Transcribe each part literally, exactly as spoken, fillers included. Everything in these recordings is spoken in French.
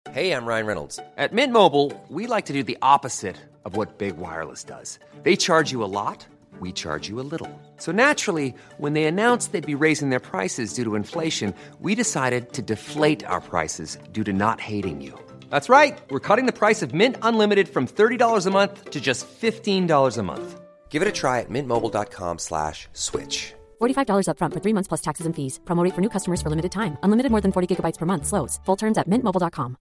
Hey, I'm Ryan Reynolds. At Mint Mobile, we like to do the opposite of what Big Wireless does. They charge you a lot, we charge you a little. So naturally, when they announced they'd be raising their prices due to inflation, we decided to deflate our prices due to not hating you. That's right. We're cutting the price of Mint Unlimited from thirty dollars a month to just fifteen dollars a month. Give it a try at mintmobile.com slash switch. forty-five dollars up front for three months plus taxes and fees. Promo rate for new customers for limited time. Unlimited more than forty gigabytes per month. Slows full terms at mint mobile dot com.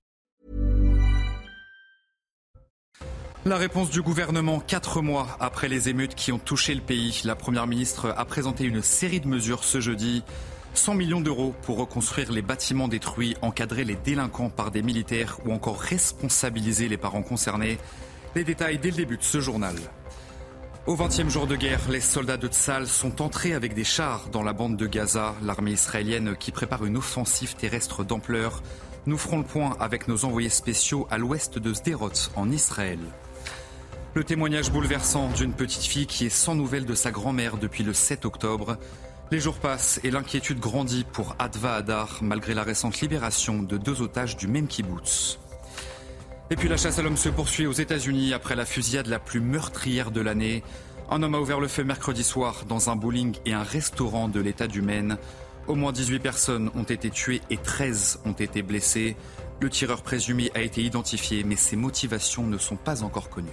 La réponse du gouvernement quatre mois après les émeutes qui ont touché le pays. La première ministre a présenté une série de mesures ce jeudi. cent millions d'euros pour reconstruire les bâtiments détruits, encadrer les délinquants par des militaires ou encore responsabiliser les parents concernés. Les détails dès le début de ce journal. Au vingtième jour de guerre, les soldats de Tsahal sont entrés avec des chars dans la bande de Gaza. L'armée israélienne qui prépare une offensive terrestre d'ampleur. Nous ferons le point avec nos envoyés spéciaux à l'ouest de Sderot, en Israël. Le témoignage bouleversant d'une petite fille qui est sans nouvelles de sa grand-mère depuis le sept octobre. Les jours passent et l'inquiétude grandit pour Adva Hadar, malgré la récente libération de deux otages du même kibboutz. Et puis la chasse à l'homme se poursuit aux États-Unis après la fusillade la plus meurtrière de l'année. Un homme a ouvert le feu mercredi soir dans un bowling et un restaurant de l'État du Maine. Au moins dix-huit personnes ont été tuées et treize ont été blessées. Le tireur présumé a été identifié, mais ses motivations ne sont pas encore connues.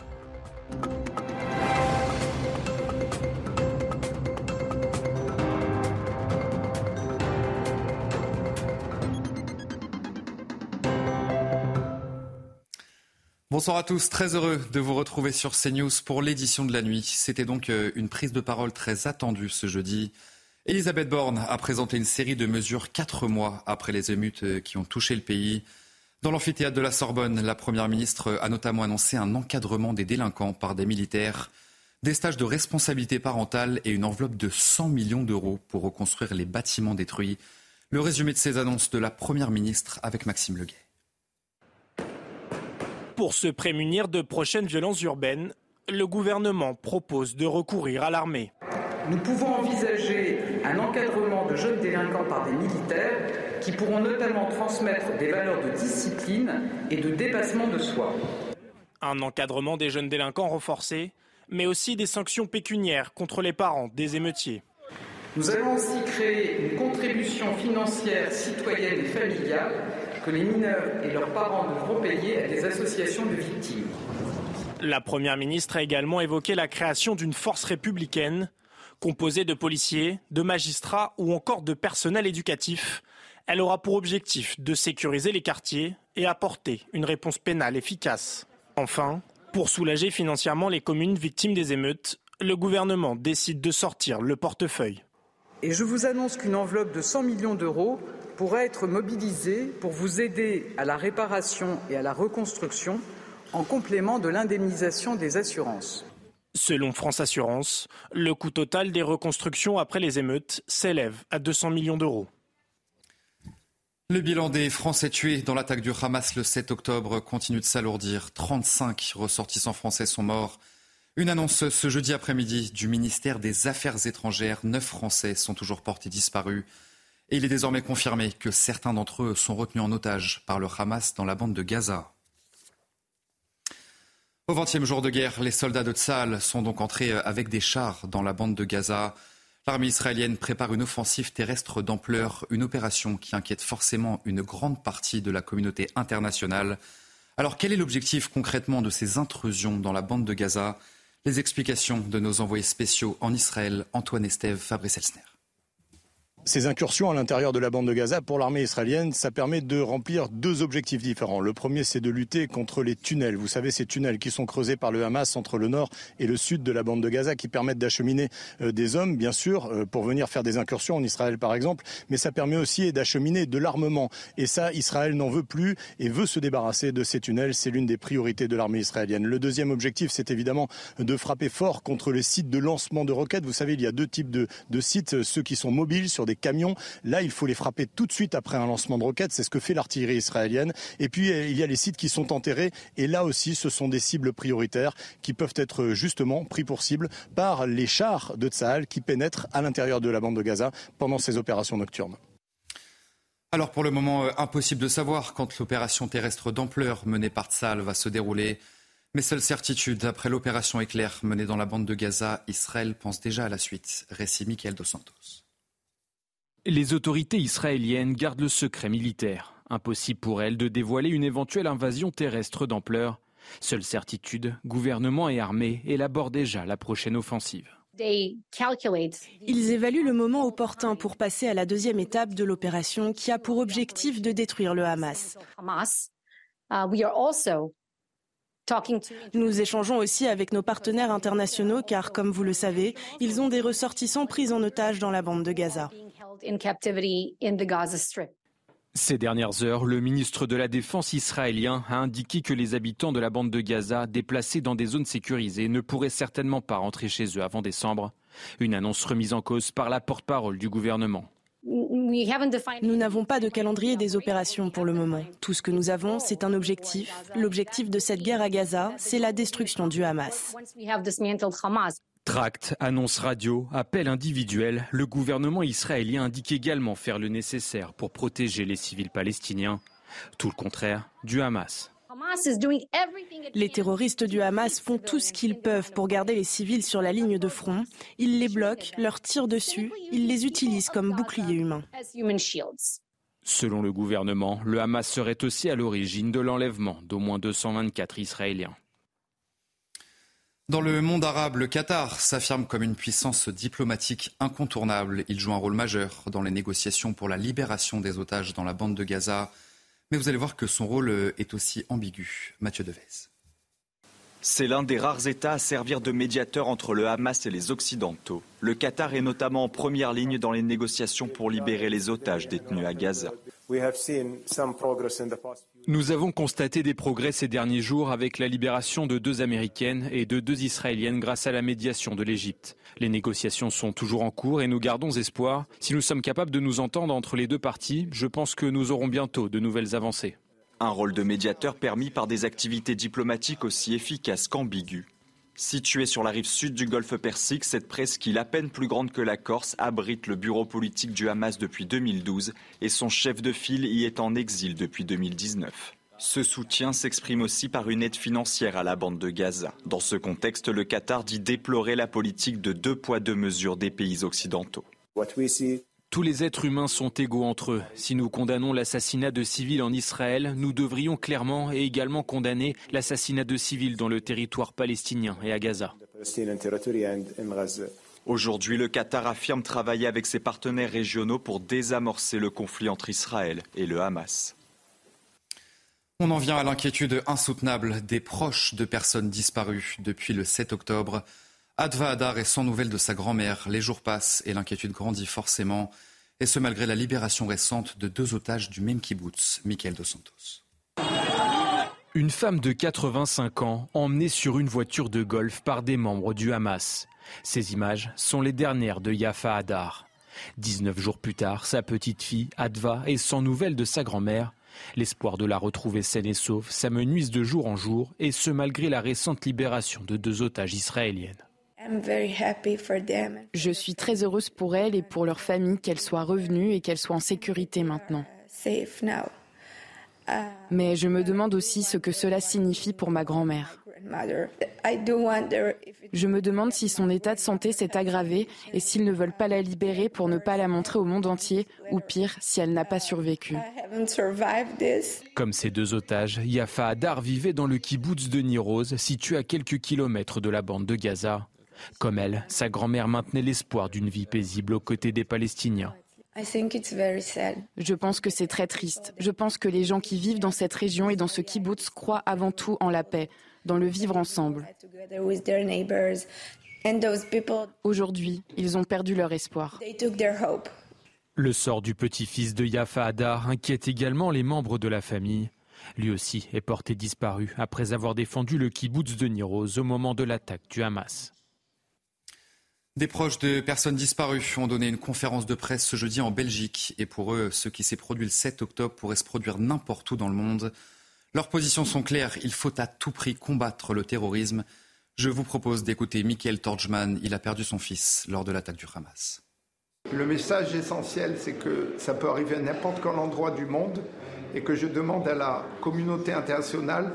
Bonsoir à tous, très heureux de vous retrouver sur CNews pour l'édition de la nuit. C'était donc une prise de parole très attendue ce jeudi. Elisabeth Borne a présenté une série de mesures quatre mois après les émeutes qui ont touché le pays. Dans l'amphithéâtre de la Sorbonne, la Première ministre a notamment annoncé un encadrement des délinquants par des militaires, des stages de responsabilité parentale et une enveloppe de cent millions d'euros pour reconstruire les bâtiments détruits. Le résumé de ces annonces de la Première ministre avec Maxime Leguet. Pour se prémunir de prochaines violences urbaines, le gouvernement propose de recourir à l'armée. Nous pouvons envisager un encadrement de jeunes délinquants par des militaires qui pourront notamment transmettre des valeurs de discipline et de dépassement de soi. Un encadrement des jeunes délinquants renforcé, mais aussi des sanctions pécuniaires contre les parents des émeutiers. Nous allons aussi créer une contribution financière citoyenne et familiale que les mineurs et leurs parents devront payer à des associations de victimes. La Première ministre a également évoqué la création d'une force républicaine composée de policiers, de magistrats ou encore de personnel éducatif. Elle aura pour objectif de sécuriser les quartiers et apporter une réponse pénale efficace. Enfin, pour soulager financièrement les communes victimes des émeutes, le gouvernement décide de sortir le portefeuille. Et je vous annonce qu'une enveloppe de cent millions d'euros pourra être mobilisée pour vous aider à la réparation et à la reconstruction en complément de l'indemnisation des assurances. Selon France Assurance, le coût total des reconstructions après les émeutes s'élève à deux cents millions d'euros. Le bilan des Français tués dans l'attaque du Hamas le sept octobre continue de s'alourdir. trente-cinq ressortissants français sont morts. Une annonce ce jeudi après-midi du ministère des Affaires étrangères. Neuf Français sont toujours portés disparus. Et il est désormais confirmé que certains d'entre eux sont retenus en otage par le Hamas dans la bande de Gaza. Au vingtième jour de guerre, les soldats de Tsahal sont donc entrés avec des chars dans la bande de Gaza. L'armée israélienne prépare une offensive terrestre d'ampleur, une opération qui inquiète forcément une grande partie de la communauté internationale. Alors quel est l'objectif concrètement de ces intrusions dans la bande de Gaza ? Les explications de nos envoyés spéciaux en Israël, Antoine Estève, Fabrice Elsner. Ces incursions à l'intérieur de la bande de Gaza, pour l'armée israélienne, ça permet de remplir deux objectifs différents. Le premier, c'est de lutter contre les tunnels. Vous savez, ces tunnels qui sont creusés par le Hamas entre le nord et le sud de la bande de Gaza, qui permettent d'acheminer euh, des hommes, bien sûr, euh, pour venir faire des incursions en Israël, par exemple. Mais ça permet aussi d'acheminer de l'armement. Et ça, Israël n'en veut plus et veut se débarrasser de ces tunnels. C'est l'une des priorités de l'armée israélienne. Le deuxième objectif, c'est évidemment de frapper fort contre les sites de lancement de roquettes. Vous savez, il y a deux types de, de sites, ceux qui sont mobiles sur des camions. Là, il faut les frapper tout de suite après un lancement de roquettes. C'est ce que fait l'artillerie israélienne. Et puis, il y a les sites qui sont enterrés. Et là aussi, ce sont des cibles prioritaires qui peuvent être justement pris pour cible par les chars de Tsahal qui pénètrent à l'intérieur de la bande de Gaza pendant ces opérations nocturnes. Alors pour le moment, euh, impossible de savoir quand l'opération terrestre d'ampleur menée par Tsahal va se dérouler. Mais seule certitude, après l'opération Éclair menée dans la bande de Gaza, Israël pense déjà à la suite. Récit Michael Dos Santos. Les autorités israéliennes gardent le secret militaire. Impossible pour elles de dévoiler une éventuelle invasion terrestre d'ampleur. Seule certitude, gouvernement et armée élaborent déjà la prochaine offensive. Ils évaluent le moment opportun pour passer à la deuxième étape de l'opération qui a pour objectif de détruire le Hamas. Nous échangeons aussi avec nos partenaires internationaux car, comme vous le savez, ils ont des ressortissants pris en otage dans la bande de Gaza. Ces dernières heures, le ministre de la Défense israélien a indiqué que les habitants de la bande de Gaza déplacés dans des zones sécurisées ne pourraient certainement pas rentrer chez eux avant décembre. Une annonce remise en cause par la porte-parole du gouvernement. Nous n'avons pas de calendrier des opérations pour le moment. Tout ce que nous avons, c'est un objectif. L'objectif de cette guerre à Gaza, c'est la destruction du Hamas. Tract, annonce radio, appel individuel, le gouvernement israélien indique également faire le nécessaire pour protéger les civils palestiniens. Tout le contraire du Hamas. Les terroristes du Hamas font tout ce qu'ils peuvent pour garder les civils sur la ligne de front. Ils les bloquent, leur tirent dessus, ils les utilisent comme boucliers humains. Selon le gouvernement, le Hamas serait aussi à l'origine de l'enlèvement d'au moins deux cent vingt-quatre Israéliens. Dans le monde arabe, le Qatar s'affirme comme une puissance diplomatique incontournable. Il joue un rôle majeur dans les négociations pour la libération des otages dans la bande de Gaza. Mais vous allez voir que son rôle est aussi ambigu. Mathieu Devez. C'est l'un des rares États à servir de médiateur entre le Hamas et les Occidentaux. Le Qatar est notamment en première ligne dans les négociations pour libérer les otages détenus à Gaza. Nous avons constaté des progrès ces derniers jours avec la libération de deux Américaines et de deux Israéliennes grâce à la médiation de l'Égypte. Les négociations sont toujours en cours et nous gardons espoir. Si nous sommes capables de nous entendre entre les deux parties, je pense que nous aurons bientôt de nouvelles avancées. Un rôle de médiateur permis par des activités diplomatiques aussi efficaces qu'ambiguës. Située sur la rive sud du golfe Persique, cette presqu'île à peine plus grande que la Corse abrite le bureau politique du Hamas depuis deux mille douze et son chef de file y est en exil depuis deux mille dix-neuf. Ce soutien s'exprime aussi par une aide financière à la bande de Gaza. Dans ce contexte, le Qatar dit déplorer la politique de deux poids deux mesures des pays occidentaux. Tous les êtres humains sont égaux entre eux. Si nous condamnons l'assassinat de civils en Israël, nous devrions clairement et également condamner l'assassinat de civils dans le territoire palestinien et à Gaza. Aujourd'hui, le Qatar affirme travailler avec ses partenaires régionaux pour désamorcer le conflit entre Israël et le Hamas. On en vient à l'inquiétude insoutenable des proches de personnes disparues depuis le sept octobre. Adva Hadar est sans nouvelles de sa grand-mère. Les jours passent et l'inquiétude grandit forcément. Et ce, malgré la libération récente de deux otages du même kibboutz. Michael Dos Santos. Une femme de quatre-vingt-cinq ans emmenée sur une voiture de golf par des membres du Hamas. Ces images sont les dernières de Yafa Hadar. dix-neuf jours plus tard, sa petite fille, Adva, est sans nouvelles de sa grand-mère. L'espoir de la retrouver saine et sauve s'amenuise de jour en jour, et ce malgré la récente libération de deux otages israéliennes. Je suis très heureuse pour elles et pour leur famille qu'elles soient revenues et qu'elles soient en sécurité maintenant. Mais je me demande aussi ce que cela signifie pour ma grand-mère. Je me demande si son état de santé s'est aggravé et s'ils ne veulent pas la libérer pour ne pas la montrer au monde entier, ou pire, si elle n'a pas survécu. Comme ces deux otages, Yafa Hadar vivait dans le kibboutz de Nir Oz, situé à quelques kilomètres de la bande de Gaza. Comme elle, sa grand-mère maintenait l'espoir d'une vie paisible aux côtés des Palestiniens. Je pense que c'est très triste. Je pense que les gens qui vivent dans cette région et dans ce kibboutz croient avant tout en la paix, dans le vivre ensemble. Aujourd'hui, ils ont perdu leur espoir. Le sort du petit-fils de Yafa Hadar inquiète également les membres de la famille. Lui aussi est porté disparu après avoir défendu le kibboutz de Nir Oz au moment de l'attaque du Hamas. Des proches de personnes disparues ont donné une conférence de presse ce jeudi en Belgique. Et pour eux, ce qui s'est produit le sept octobre pourrait se produire n'importe où dans le monde. Leurs positions sont claires, il faut à tout prix combattre le terrorisme. Je vous propose d'écouter Michael Torgman, il a perdu son fils lors de l'attaque du Hamas. Le message essentiel, c'est que ça peut arriver à n'importe quel endroit du monde et que je demande à la communauté internationale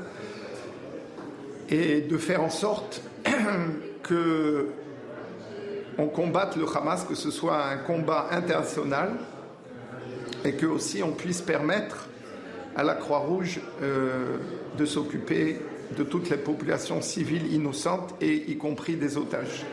et de faire en sorte que on combatte le Hamas, que ce soit un combat international et que aussi on puisse permettre à la Croix-Rouge euh, de s'occuper de toutes les populations civiles innocentes et y compris des otages.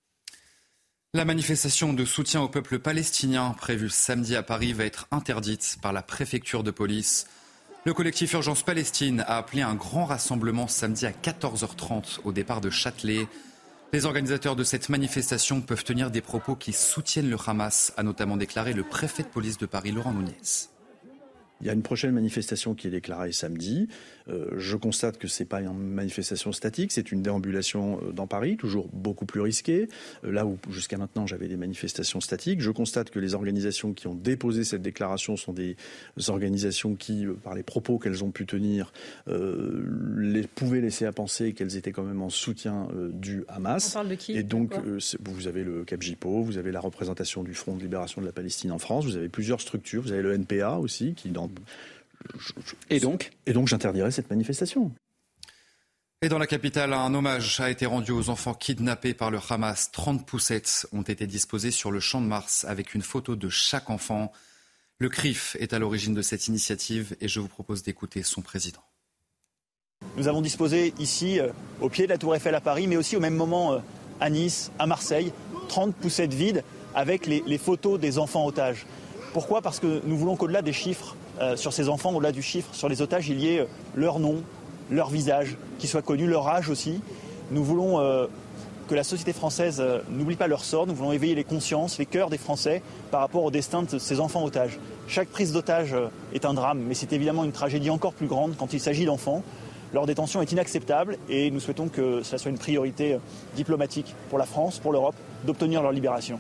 La manifestation de soutien au peuple palestinien prévue samedi à Paris va être interdite par la préfecture de police. Le collectif Urgence Palestine a appelé un grand rassemblement samedi à quatorze heures trente au départ de Châtelet. Les organisateurs de cette manifestation peuvent tenir des propos qui soutiennent le Hamas, a notamment déclaré le préfet de police de Paris, Laurent Nunez. Il y a une prochaine manifestation qui est déclarée samedi. Euh, je constate que ce n'est pas une manifestation statique, c'est une déambulation dans Paris, toujours beaucoup plus risquée. Euh, là où jusqu'à maintenant j'avais des manifestations statiques, je constate que les organisations qui ont déposé cette déclaration sont des organisations qui, par les propos qu'elles ont pu tenir, euh, les, pouvaient laisser à penser qu'elles étaient quand même en soutien euh, du Hamas. On parle de qui ? Et donc euh, vous avez le Capgipo, vous avez la représentation du Front de libération de la Palestine en France, vous avez plusieurs structures, vous avez le N P A aussi qui dans Et donc Et donc j'interdirai cette manifestation. Et dans la capitale, un hommage a été rendu aux enfants kidnappés par le Hamas. trente poussettes ont été disposées sur le champ de Mars avec une photo de chaque enfant. Le C R I F est à l'origine de cette initiative et je vous propose d'écouter son président. Nous avons disposé ici, euh, au pied de la Tour Eiffel à Paris, mais aussi au même moment euh, à Nice, à Marseille, trente poussettes vides avec les, les photos des enfants otages. Pourquoi ? Parce que nous voulons qu'au-delà des chiffres, Euh, sur ces enfants, au-delà du chiffre, sur les otages, il y ait euh, leur nom, leur visage, qui soit connu, leur âge aussi. Nous voulons euh, que la société française euh, n'oublie pas leur sort. Nous voulons éveiller les consciences, les cœurs des Français par rapport au destin de ces enfants otages. Chaque prise d'otage euh, est un drame, mais c'est évidemment une tragédie encore plus grande quand il s'agit d'enfants. Leur détention est inacceptable et nous souhaitons que cela soit une priorité euh, diplomatique pour la France, pour l'Europe, d'obtenir leur libération.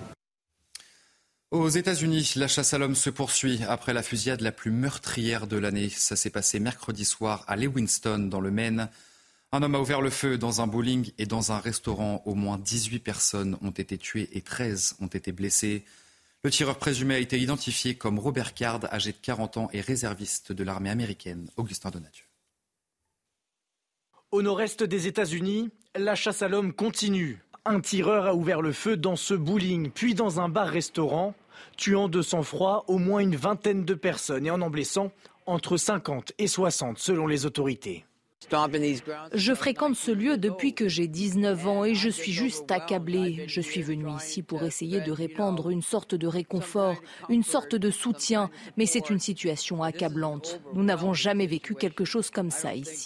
Aux États-Unis, la chasse à l'homme se poursuit après la fusillade la plus meurtrière de l'année. Ça s'est passé mercredi soir à Lewiston, dans le Maine. Un homme a ouvert le feu dans un bowling et dans un restaurant. Au moins dix-huit personnes ont été tuées et treize ont été blessées. Le tireur présumé a été identifié comme Robert Card, âgé de quarante ans et réserviste de l'armée américaine. Augustin Donadieu. Au nord-est des États-Unis, la chasse à l'homme continue. Un tireur a ouvert le feu dans ce bowling, puis dans un bar-restaurant, tuant de sang-froid au moins une vingtaine de personnes et en en blessant entre cinquante et soixante selon les autorités. Je fréquente ce lieu depuis que j'ai dix-neuf ans et je suis juste accablé. Je suis venu ici pour essayer de répandre une sorte de réconfort, une sorte de soutien, mais c'est une situation accablante. Nous n'avons jamais vécu quelque chose comme ça ici.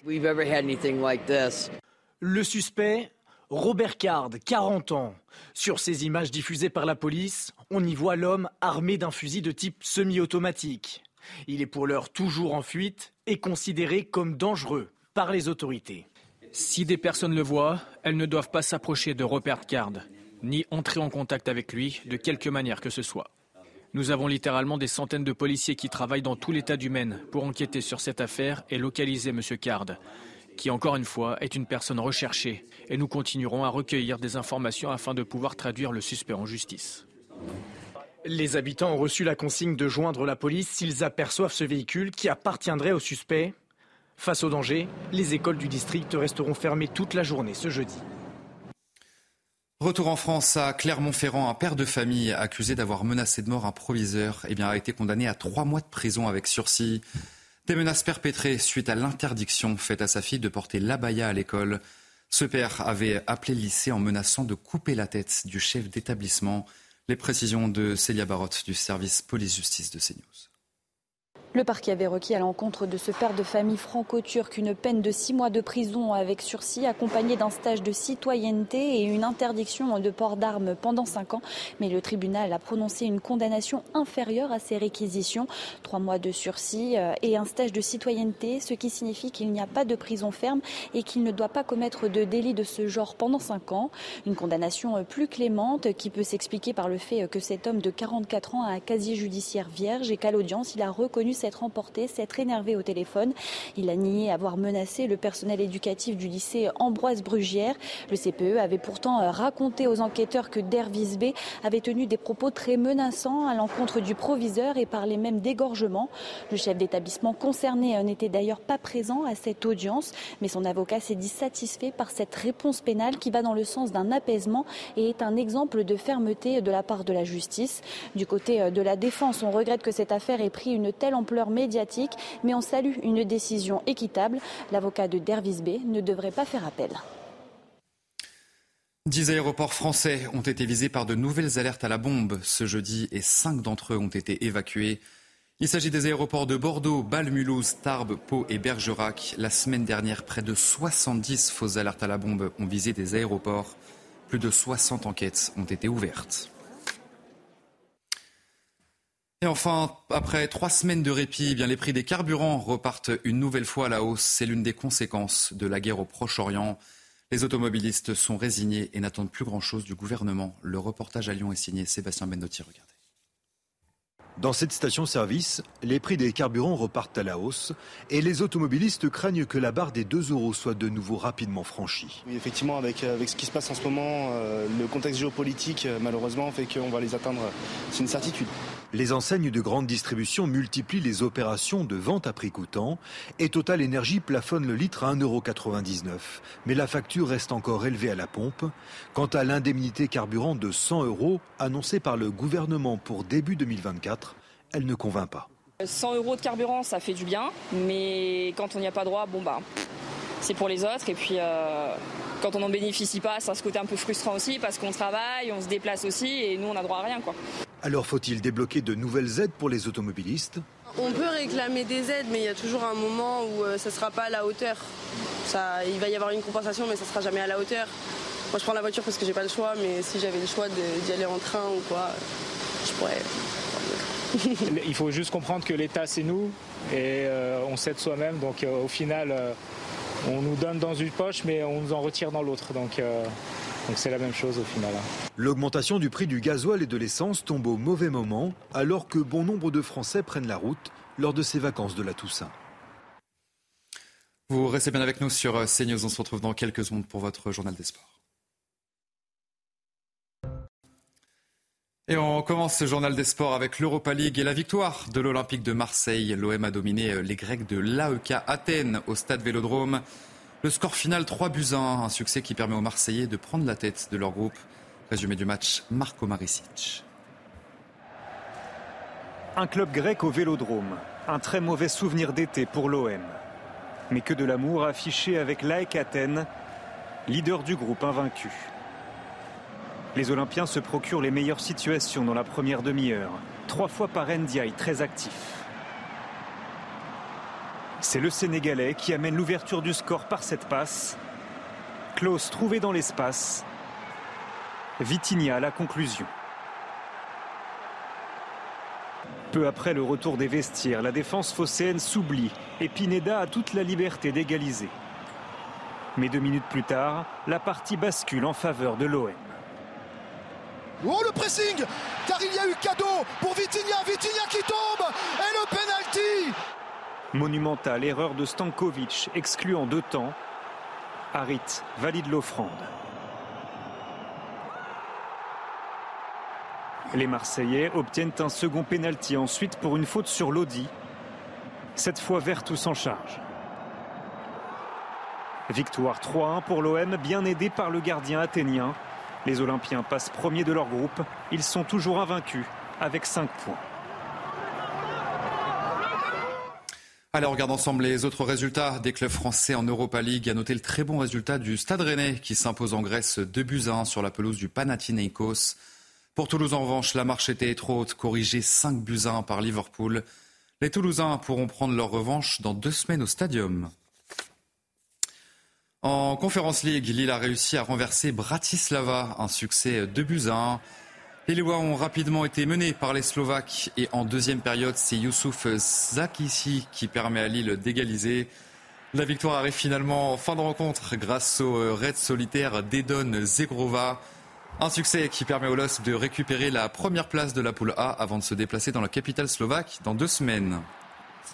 Le suspect, Robert Card, quarante ans. Sur ces images diffusées par la police, on y voit l'homme armé d'un fusil de type semi-automatique. Il est pour l'heure toujours en fuite et considéré comme dangereux par les autorités. Si des personnes le voient, elles ne doivent pas s'approcher de Robert Card, ni entrer en contact avec lui de quelque manière que ce soit. Nous avons littéralement des centaines de policiers qui travaillent dans tout l'État du Maine pour enquêter sur cette affaire et localiser M. Card, qui encore une fois est une personne recherchée. Et nous continuerons à recueillir des informations afin de pouvoir traduire le suspect en justice. Les habitants ont reçu la consigne de joindre la police s'ils aperçoivent ce véhicule qui appartiendrait au suspect. Face au danger, les écoles du district resteront fermées toute la journée ce jeudi. Retour en France à Clermont-Ferrand, un père de famille accusé d'avoir menacé de mort un proviseur eh bien, a été condamné à trois mois de prison avec sursis. Des menaces perpétrées suite à l'interdiction faite à sa fille de porter l'abaya à l'école. Ce père avait appelé le lycée en menaçant de couper la tête du chef d'établissement. Les précisions de Célia Barotte du service police-justice de CNews. Le parquet avait requis à l'encontre de ce père de famille franco-turc une peine de six mois de prison avec sursis accompagnée d'un stage de citoyenneté et une interdiction de port d'armes pendant cinq ans. Mais le tribunal a prononcé une condamnation inférieure à ces réquisitions. Trois mois de sursis et un stage de citoyenneté, ce qui signifie qu'il n'y a pas de prison ferme et qu'il ne doit pas commettre de délit de ce genre pendant cinq ans. Une condamnation plus clémente qui peut s'expliquer par le fait que cet homme de quarante-quatre ans a un casier judiciaire vierge et qu'à l'audience, il a reconnu cette s'être emporté, s'être énervé au téléphone. Il a nié avoir menacé le personnel éducatif du lycée Ambroise Brugière. Le C P E avait pourtant raconté aux enquêteurs que Dervis B avait tenu des propos très menaçants à l'encontre du proviseur et parlait même d'égorgement. Le chef d'établissement concerné n'était d'ailleurs pas présent à cette audience, mais son avocat s'est dit satisfait par cette réponse pénale qui va dans le sens d'un apaisement et est un exemple de fermeté de la part de la justice. Du côté de la défense, on regrette que cette affaire ait pris une telle ampleur médiatique, mais on salue une décision équitable. L'avocat de Dervis B ne devrait pas faire appel. Dix aéroports français ont été visés par de nouvelles alertes à la bombe ce jeudi et cinq d'entre eux ont été évacués. Il s'agit des aéroports de Bordeaux, Bâle, Mulhouse, Tarbes, Pau et Bergerac. La semaine dernière, près de soixante-dix fausses alertes à la bombe ont visé des aéroports. Plus de soixante enquêtes ont été ouvertes. Et enfin, après trois semaines de répit, eh bien, les prix des carburants repartent une nouvelle fois à la hausse. C'est l'une des conséquences de la guerre au Proche-Orient. Les automobilistes sont résignés et n'attendent plus grand-chose du gouvernement. Le reportage à Lyon est signé Sébastien Bendotti. Regardez. Dans cette station-service, les prix des carburants repartent à la hausse et les automobilistes craignent que la barre des deux euros soit de nouveau rapidement franchie. Oui, effectivement, avec, avec ce qui se passe en ce moment, euh, le contexte géopolitique, euh, malheureusement, fait qu'on va les atteindre. C'est une certitude. Les enseignes de grande distribution multiplient les opérations de vente à prix coûtant et Total Énergie plafonne le litre à un euro quatre-vingt-dix-neuf. Mais la facture reste encore élevée à la pompe. Quant à l'indemnité carburant de cent euros annoncée par le gouvernement pour début deux mille vingt-quatre, elle ne convainc pas. cent euros de carburant, ça fait du bien, mais quand on n'y a pas droit, bon bah, c'est pour les autres. Et puis euh, quand on n'en bénéficie pas, ça a ce côté un peu frustrant aussi parce qu'on travaille, on se déplace aussi et nous on n'a droit à rien, quoi. Alors faut-il débloquer de nouvelles aides pour les automobilistes ? On peut réclamer des aides, mais il y a toujours un moment où euh, ça ne sera pas à la hauteur. Ça, il va y avoir une compensation, mais ça ne sera jamais à la hauteur. Moi je prends la voiture parce que j'ai pas le choix, mais si j'avais le choix de, d'y aller en train ou quoi, je pourrais... Il faut juste comprendre que l'État c'est nous et euh, on s'aide soi-même, donc euh, au final euh, on nous donne dans une poche mais on nous en retire dans l'autre, donc, euh, donc c'est la même chose au final. L'augmentation du prix du gasoil et de l'essence tombe au mauvais moment alors que bon nombre de Français prennent la route lors de ces vacances de la Toussaint. Vous restez bien avec nous sur CNews, on se retrouve dans quelques secondes pour votre journal des sports. Et on commence ce journal des sports avec l'Europa League et la victoire de l'Olympique de Marseille. L'O M a dominé les Grecs de l'A E K Athènes au stade Vélodrome. Le score final trois buts à un, un succès qui permet aux Marseillais de prendre la tête de leur groupe. Résumé du match, Marko Maricic. Un club grec au Vélodrome, un très mauvais souvenir d'été pour l'O M. Mais que de l'amour affiché avec l'A E K Athènes, leader du groupe invaincu. Les Olympiens se procurent les meilleures situations dans la première demi-heure. Trois fois par Ndiaye, très actif. C'est le Sénégalais qui amène l'ouverture du score par cette passe. Klose trouvé dans l'espace. Vitinha à la conclusion. Peu après le retour des vestiaires, la défense phocéenne s'oublie et Pineda a toute la liberté d'égaliser. Mais deux minutes plus tard, la partie bascule en faveur de l'O M. Oh le pressing, car il y a eu cadeau pour Vitinha, Vitinha qui tombe et le penalty. Monumentale erreur de Stankovic, exclu en deux temps. Harit valide l'offrande. Les Marseillais obtiennent un second penalty ensuite pour une faute sur Lodi. Cette fois Vertus s'en charge. Victoire trois à un pour l'O M, bien aidé par le gardien athénien. Les Olympiens passent premiers de leur groupe. Ils sont toujours invaincus avec cinq points. Allez, on regarde ensemble les autres résultats des clubs français en Europa League. À noter le très bon résultat du Stade Rennais qui s'impose en Grèce deux buts à un sur la pelouse du Panathinaikos. Pour Toulouse en revanche, la marche était trop haute, corrigée cinq buts à un par Liverpool. Les Toulousains pourront prendre leur revanche dans deux semaines au Stadium. En Conference League, Lille a réussi à renverser Bratislava, un succès deux buts à un. Les Lillois ont rapidement été menés par les Slovaques et en deuxième période, c'est Youssouf Zakissi qui permet à Lille d'égaliser. La victoire arrive finalement en fin de rencontre grâce au raid solitaire d'Edon Zegrova. Un succès qui permet aux L O S de récupérer la première place de la poule A avant de se déplacer dans la capitale slovaque dans deux semaines.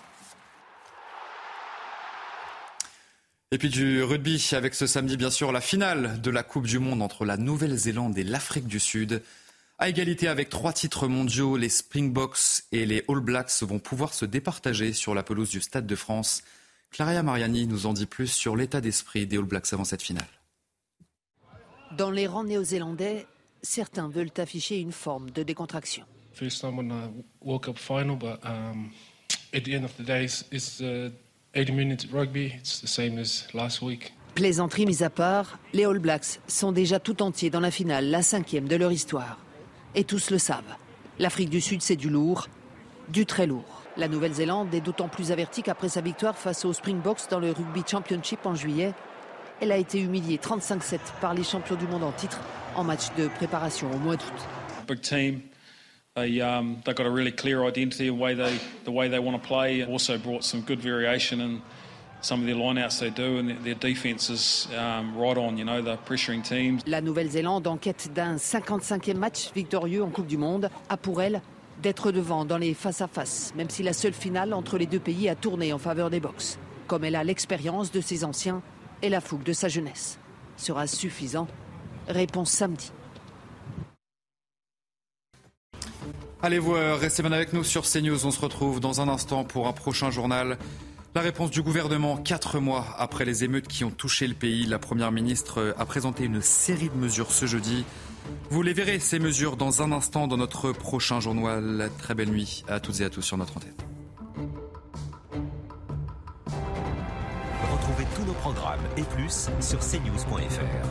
Et puis du rugby avec ce samedi bien sûr la finale de la Coupe du Monde entre la Nouvelle-Zélande et l'Afrique du Sud. À égalité avec trois titres mondiaux, les Springboks et les All Blacks vont pouvoir se départager sur la pelouse du Stade de France. Claria Mariani nous en dit plus sur l'état d'esprit des All Blacks avant cette finale. Dans les rangs néo-zélandais, certains veulent afficher une forme de décontraction. First time on a World Cup final, but um, at the end of the day, it's, it's uh, eighty minutes rugby. It's the same as last week. Plaisanterie mise à part, les All Blacks sont déjà tout entiers dans la finale, la cinquième de leur histoire. Et tous le savent. L'Afrique du Sud, c'est du lourd, du très lourd. La Nouvelle-Zélande est d'autant plus avertie qu'après sa victoire face aux Springboks dans le Rugby Championship en juillet, elle a été humiliée trente-cinq sept par les champions du monde en titre en match de préparation au mois d'août. Big team. They um, they got a really clear identity of way they the way they want to play. Also brought some good variation in some of their lineouts they do, and their defense is um, right on. You know, they're pressuring teams. La Nouvelle-Zélande, en quête d'un cinquante-cinquième match victorieux en Coupe du Monde, a pour elle d'être devant dans les face-à-face, même si la seule finale entre les deux pays a tourné en faveur des Boks. Comme elle a l'expérience de ses anciens et la fougue de sa jeunesse. Sera suffisant? Réponse samedi. Allez, vous restez bien avec nous sur CNews. On se retrouve dans un instant pour un prochain journal. La réponse du gouvernement, quatre mois après les émeutes qui ont touché le pays. La Première ministre a présenté une série de mesures ce jeudi. Vous les verrez, ces mesures, dans un instant dans notre prochain journal. Très belle nuit à toutes et à tous sur notre antenne. Retrouvez tous nos programmes et plus sur c news point f r.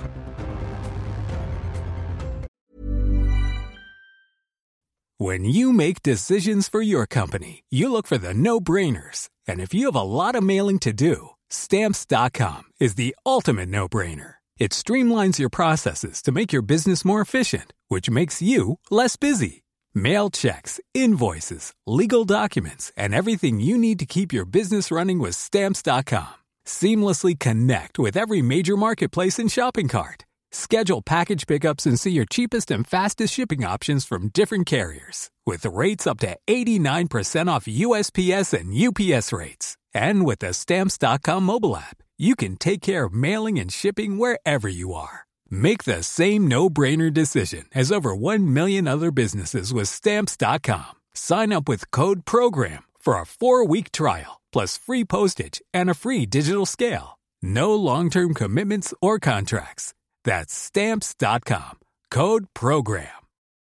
When you make decisions for your company, you look for the no-brainers. And if you have a lot of mailing to do, Stamps dot com is the ultimate no-brainer. It streamlines your processes to make your business more efficient, which makes you less busy. Mail checks, invoices, legal documents, and everything you need to keep your business running with Stamps dot com. Seamlessly connect with every major marketplace and shopping cart. Schedule package pickups and see your cheapest and fastest shipping options from different carriers. With rates up to eighty-nine percent off U S P S and U P S rates. And with the Stamps dot com mobile app, you can take care of mailing and shipping wherever you are. Make the same no-brainer decision as over one million other businesses with Stamps dot com. Sign up with code PROGRAM for a four-week trial, plus free postage and a free digital scale. No long-term commitments or contracts. That's Stamps dot com. Code PROGRAM.